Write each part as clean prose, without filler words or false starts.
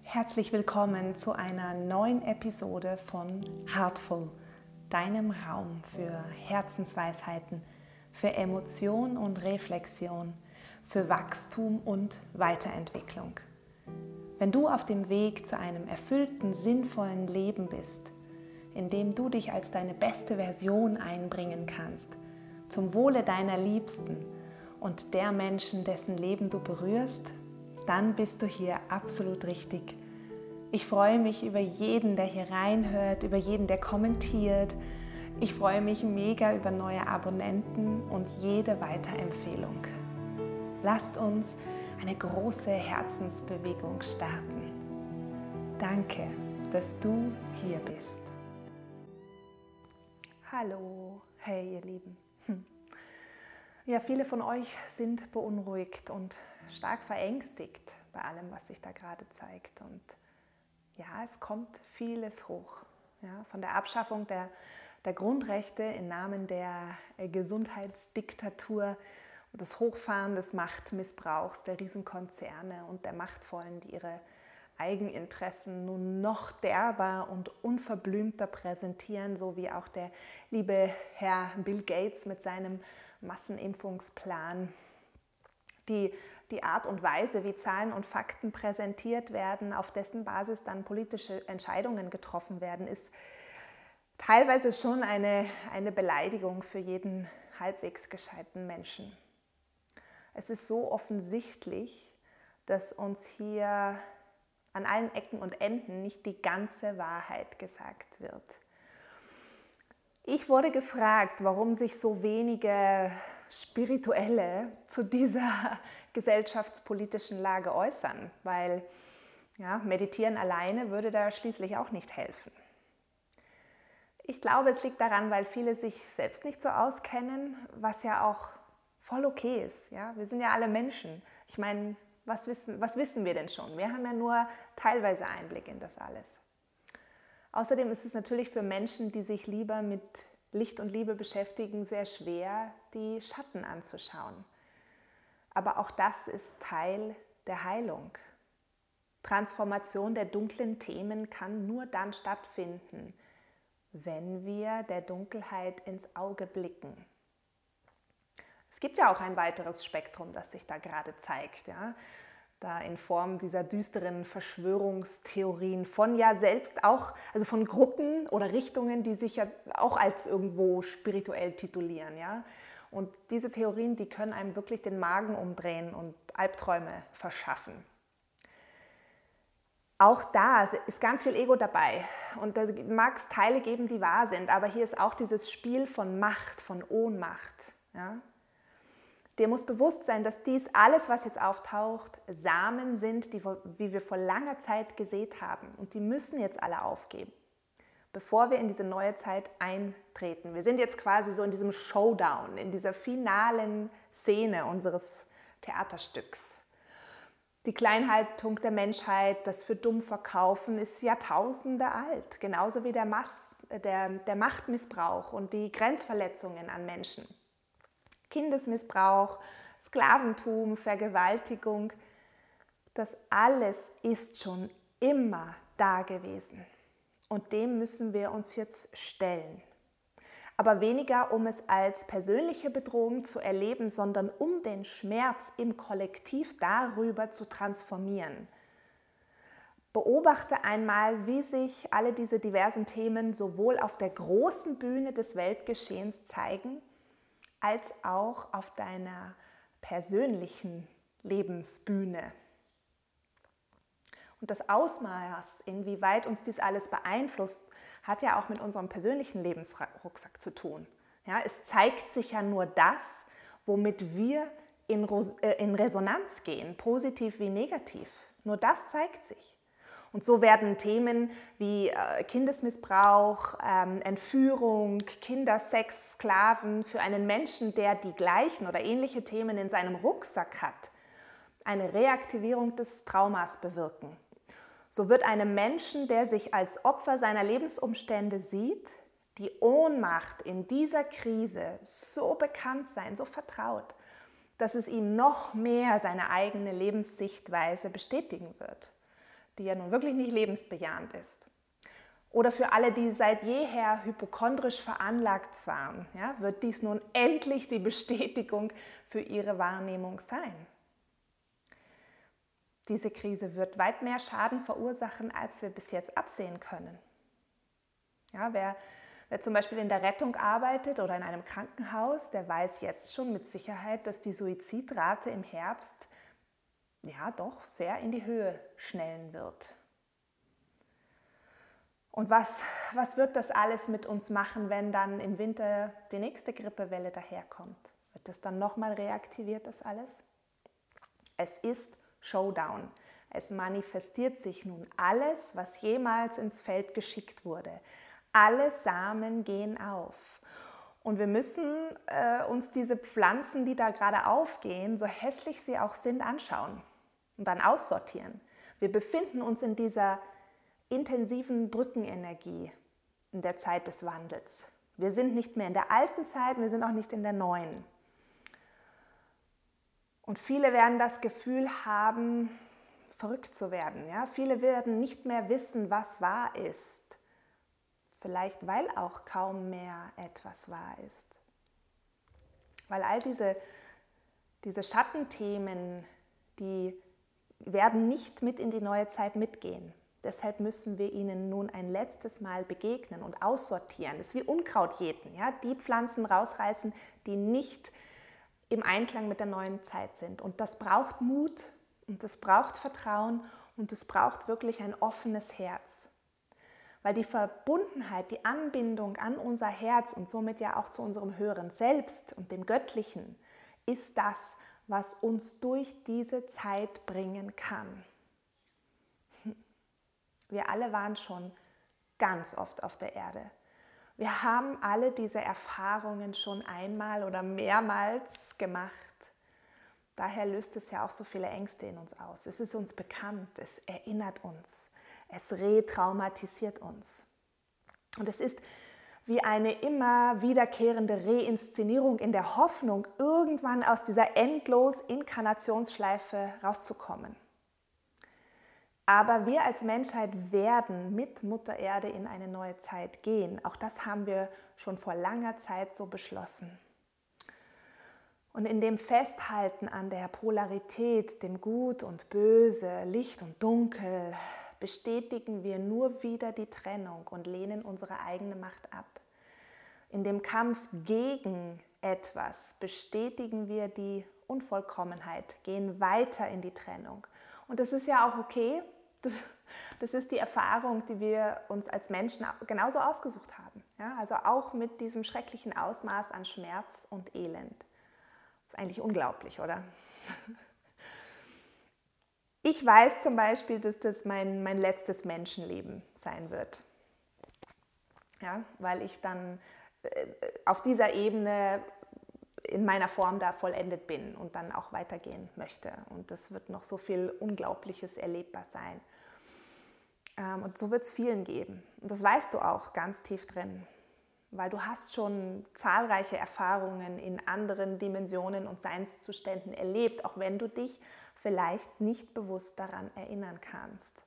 Herzlich willkommen zu einer neuen Episode von Heartful, deinem Raum für Herzensweisheiten, für Emotion und Reflexion, für Wachstum und Weiterentwicklung. Wenn du auf dem Weg zu einem erfüllten, sinnvollen Leben bist, in dem du dich als deine beste Version einbringen kannst, zum Wohle deiner Liebsten und der Menschen, dessen Leben du berührst, dann bist du hier absolut richtig. Ich freue mich über jeden, der hier reinhört, über jeden, der kommentiert. Ich freue mich mega über neue Abonnenten und jede Weiterempfehlung. Lasst uns eine große Herzensbewegung starten. Danke, dass du hier bist. Hallo, hey ihr Lieben. Ja, viele von euch sind beunruhigt und stark verängstigt bei allem, was sich da gerade zeigt. Und ja, es kommt vieles hoch. Ja, von der Abschaffung der Grundrechte im Namen der Gesundheitsdiktatur und das Hochfahren des Machtmissbrauchs der Riesenkonzerne und der Machtvollen, die ihre Eigeninteressen nun noch derber und unverblümter präsentieren, so wie auch der liebe Herr Bill Gates mit seinem Massenimpfungsplan. Die Art und Weise, wie Zahlen und Fakten präsentiert werden, auf dessen Basis dann politische Entscheidungen getroffen werden, ist teilweise schon eine Beleidigung für jeden halbwegs gescheiten Menschen. Es ist so offensichtlich, dass uns hier an allen Ecken und Enden nicht die ganze Wahrheit gesagt wird. Ich wurde gefragt, warum sich so wenige Spirituelle zu dieser gesellschaftspolitischen Lage äußern, weil ja, Meditieren alleine würde da schließlich auch nicht helfen. Ich glaube, es liegt daran, weil viele sich selbst nicht so auskennen, was ja auch voll okay ist. Ja? Wir sind ja alle Menschen. Ich meine, was wissen wir denn schon? Wir haben ja nur teilweise Einblick in das alles. Außerdem ist es natürlich für Menschen, die sich lieber mit Licht und Liebe beschäftigen, sehr schwer, die Schatten anzuschauen. Aber auch das ist Teil der Heilung. Transformation der dunklen Themen kann nur dann stattfinden, wenn wir der Dunkelheit ins Auge blicken. Es gibt ja auch ein weiteres Spektrum, das sich da gerade zeigt, ja? Da in Form dieser düsteren Verschwörungstheorien von ja selbst auch, also von Gruppen oder Richtungen, die sich ja auch als irgendwo spirituell titulieren, ja? Und diese Theorien, die können einem wirklich den Magen umdrehen und Albträume verschaffen. Auch da ist ganz viel Ego dabei und da mag es Teile geben, die wahr sind, aber hier ist auch dieses Spiel von Macht, von Ohnmacht. Ja? Dir muss bewusst sein, dass dies alles, was jetzt auftaucht, Samen sind, die wir vor langer Zeit gesät haben und die müssen jetzt alle aufgeben, bevor wir in diese neue Zeit eintreten. Wir sind jetzt quasi so in diesem Showdown, in dieser finalen Szene unseres Theaterstücks. Die Kleinhaltung der Menschheit, das für dumm verkaufen, ist Jahrtausende alt, genauso wie der Machtmissbrauch und die Grenzverletzungen an Menschen. Kindesmissbrauch, Sklaventum, Vergewaltigung, das alles ist schon immer da gewesen. Und dem müssen wir uns jetzt stellen. Aber weniger, um es als persönliche Bedrohung zu erleben, sondern um den Schmerz im Kollektiv darüber zu transformieren. Beobachte einmal, wie sich alle diese diversen Themen sowohl auf der großen Bühne des Weltgeschehens zeigen, als auch auf deiner persönlichen Lebensbühne. Und das Ausmaß, inwieweit uns dies alles beeinflusst, hat ja auch mit unserem persönlichen Lebensrucksack zu tun. Ja, es zeigt sich ja nur das, womit wir in Resonanz gehen, positiv wie negativ. Nur das zeigt sich. Und so werden Themen wie Kindesmissbrauch, Entführung, Kindersex, Sklaven für einen Menschen, der die gleichen oder ähnliche Themen in seinem Rucksack hat, eine Reaktivierung des Traumas bewirken. So wird einem Menschen, der sich als Opfer seiner Lebensumstände sieht, die Ohnmacht in dieser Krise so bekannt sein, so vertraut, dass es ihm noch mehr seine eigene Lebenssichtweise bestätigen wird. die ja nun wirklich nicht lebensbejahend ist. Oder für alle, die seit jeher hypochondrisch veranlagt waren, ja, wird dies nun endlich die Bestätigung für ihre Wahrnehmung sein. Diese Krise wird weit mehr Schaden verursachen, als wir bis jetzt absehen können. Ja, wer zum Beispiel in der Rettung arbeitet oder in einem Krankenhaus, der weiß jetzt schon mit Sicherheit, dass die Suizidrate im Herbst ja doch sehr in die Höhe schnellen wird. Und was wird das alles mit uns machen, wenn dann im Winter die nächste Grippewelle daherkommt? Wird das dann nochmal reaktiviert, das alles? Es ist Showdown. Es manifestiert sich nun alles, was jemals ins Feld geschickt wurde. Alle Samen gehen auf. Und wir müssen uns diese Pflanzen, die da gerade aufgehen, so hässlich sie auch sind, anschauen und dann aussortieren. Wir befinden uns in dieser intensiven Brückenenergie in der Zeit des Wandels. Wir sind nicht mehr in der alten Zeit, wir sind auch nicht in der neuen. Und viele werden das Gefühl haben, verrückt zu werden. Ja? Viele werden nicht mehr wissen, was wahr ist. Vielleicht, weil auch kaum mehr etwas wahr ist. Weil all diese Schattenthemen, die werden nicht mit in die neue Zeit mitgehen. Deshalb müssen wir ihnen nun ein letztes Mal begegnen und aussortieren. Das ist wie Unkraut jäten. Ja? Die Pflanzen rausreißen, die nicht im Einklang mit der neuen Zeit sind. Und das braucht Mut und das braucht Vertrauen und es braucht wirklich ein offenes Herz. Weil die Verbundenheit, die Anbindung an unser Herz und somit ja auch zu unserem höheren Selbst und dem Göttlichen ist das, was uns durch diese Zeit bringen kann. Wir alle waren schon ganz oft auf der Erde. Wir haben alle diese Erfahrungen schon einmal oder mehrmals gemacht. Daher löst es ja auch so viele Ängste in uns aus. Es ist uns bekannt, es erinnert uns. Es retraumatisiert uns. Und es ist wie eine immer wiederkehrende Reinszenierung in der Hoffnung, irgendwann aus dieser endlos Inkarnationsschleife rauszukommen. Aber wir als Menschheit werden mit Mutter Erde in eine neue Zeit gehen. Auch das haben wir schon vor langer Zeit so beschlossen. Und in dem Festhalten an der Polarität, dem Gut und Böse, Licht und Dunkel, bestätigen wir nur wieder die Trennung und lehnen unsere eigene Macht ab. In dem Kampf gegen etwas bestätigen wir die Unvollkommenheit, gehen weiter in die Trennung. Und das ist ja auch okay. Das ist die Erfahrung, die wir uns als Menschen genauso ausgesucht haben. Ja, also auch mit diesem schrecklichen Ausmaß an Schmerz und Elend. Das ist eigentlich unglaublich, oder? Ich weiß zum Beispiel, dass das mein letztes Menschenleben sein wird. Ja, weil ich dann auf dieser Ebene in meiner Form da vollendet bin und dann auch weitergehen möchte. Und das wird noch so viel Unglaubliches erlebbar sein. Und so wird es vielen geben. Und das weißt du auch ganz tief drin, weil du hast schon zahlreiche Erfahrungen in anderen Dimensionen und Seinszuständen erlebt, auch wenn du dich vielleicht nicht bewusst daran erinnern kannst.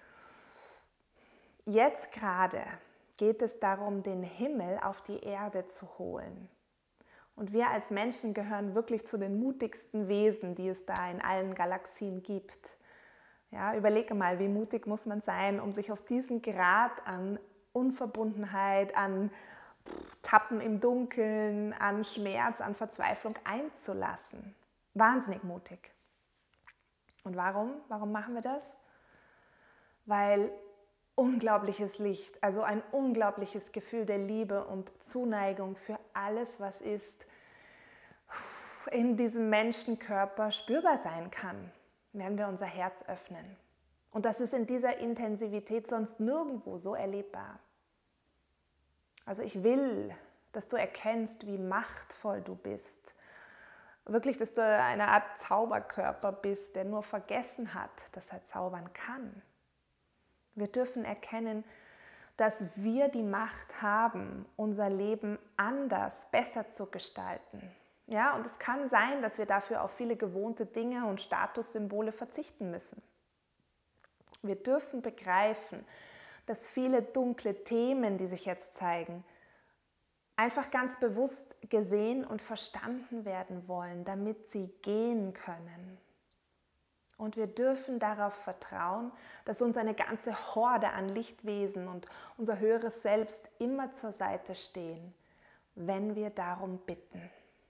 Jetzt gerade geht es darum, den Himmel auf die Erde zu holen. Und wir als Menschen gehören wirklich zu den mutigsten Wesen, die es da in allen Galaxien gibt. Ja, überlege mal, wie mutig muss man sein, um sich auf diesen Grad an Unverbundenheit, an Tappen im Dunkeln, an Schmerz, an Verzweiflung einzulassen. Wahnsinnig mutig. Und warum? Warum machen wir das? Weil unglaubliches Licht, also ein unglaubliches Gefühl der Liebe und Zuneigung für alles, was ist, in diesem Menschenkörper spürbar sein kann, wenn wir unser Herz öffnen. Und das ist in dieser Intensivität sonst nirgendwo so erlebbar. Also ich will, dass du erkennst, wie machtvoll du bist. Wirklich, dass du eine Art Zauberkörper bist, der nur vergessen hat, dass er zaubern kann. Wir dürfen erkennen, dass wir die Macht haben, unser Leben anders, besser zu gestalten. Ja, und es kann sein, dass wir dafür auf viele gewohnte Dinge und Statussymbole verzichten müssen. Wir dürfen begreifen, dass viele dunkle Themen, die sich jetzt zeigen, einfach ganz bewusst gesehen und verstanden werden wollen, damit sie gehen können. Und wir dürfen darauf vertrauen, dass uns eine ganze Horde an Lichtwesen und unser höheres Selbst immer zur Seite stehen, wenn wir darum bitten.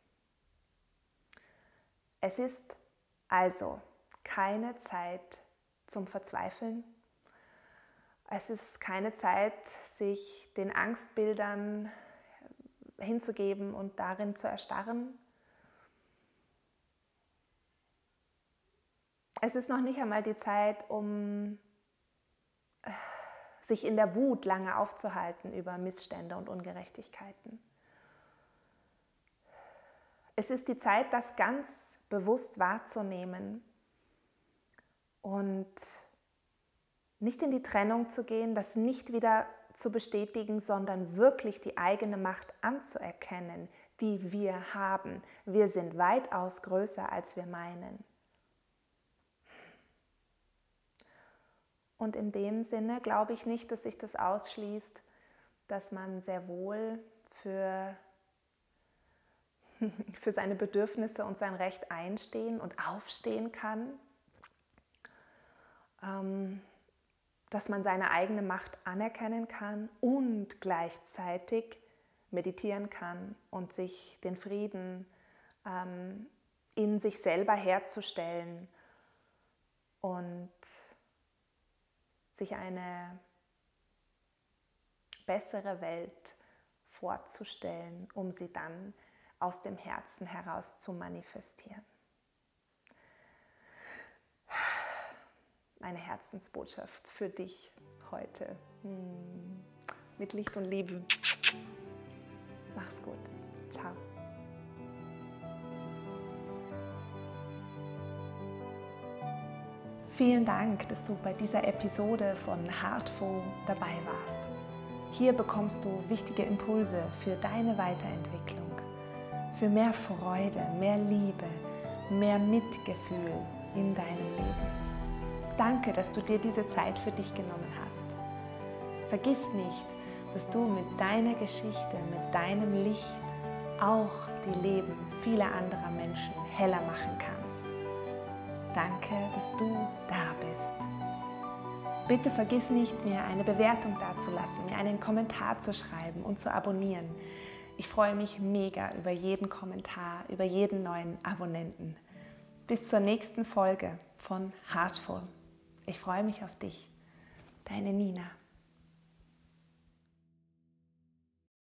Es ist also keine Zeit zum Verzweifeln. Es ist keine Zeit, sich den Angstbildern hinzugeben und darin zu erstarren. Es ist noch nicht einmal die Zeit, um sich in der Wut lange aufzuhalten über Missstände und Ungerechtigkeiten. Es ist die Zeit, das ganz bewusst wahrzunehmen und nicht in die Trennung zu gehen, das nicht wieder zu bestätigen, sondern wirklich die eigene Macht anzuerkennen, die wir haben. Wir sind weitaus größer, als wir meinen. Und in dem Sinne glaube ich nicht, dass sich das ausschließt, dass man sehr wohl für seine Bedürfnisse und sein Recht einstehen und aufstehen kann, dass man seine eigene Macht anerkennen kann und gleichzeitig meditieren kann und sich den Frieden in sich selber herzustellen und sich eine bessere Welt vorzustellen, um sie dann aus dem Herzen heraus zu manifestieren. Meine Herzensbotschaft für dich heute. Mit Licht und Liebe. Mach's gut. Ciao. Vielen Dank, dass du bei dieser Episode von Heartful dabei warst. Hier bekommst du wichtige Impulse für deine Weiterentwicklung, für mehr Freude, mehr Liebe, mehr Mitgefühl in deinem Leben. Danke, dass du dir diese Zeit für dich genommen hast. Vergiss nicht, dass du mit deiner Geschichte, mit deinem Licht auch die Leben vieler anderer Menschen heller machen kannst. Danke, dass du da bist. Bitte vergiss nicht, mir eine Bewertung dazulassen, mir einen Kommentar zu schreiben und zu abonnieren. Ich freue mich mega über jeden Kommentar, über jeden neuen Abonnenten. Bis zur nächsten Folge von Heartful. Ich freue mich auf dich. Deine Nina.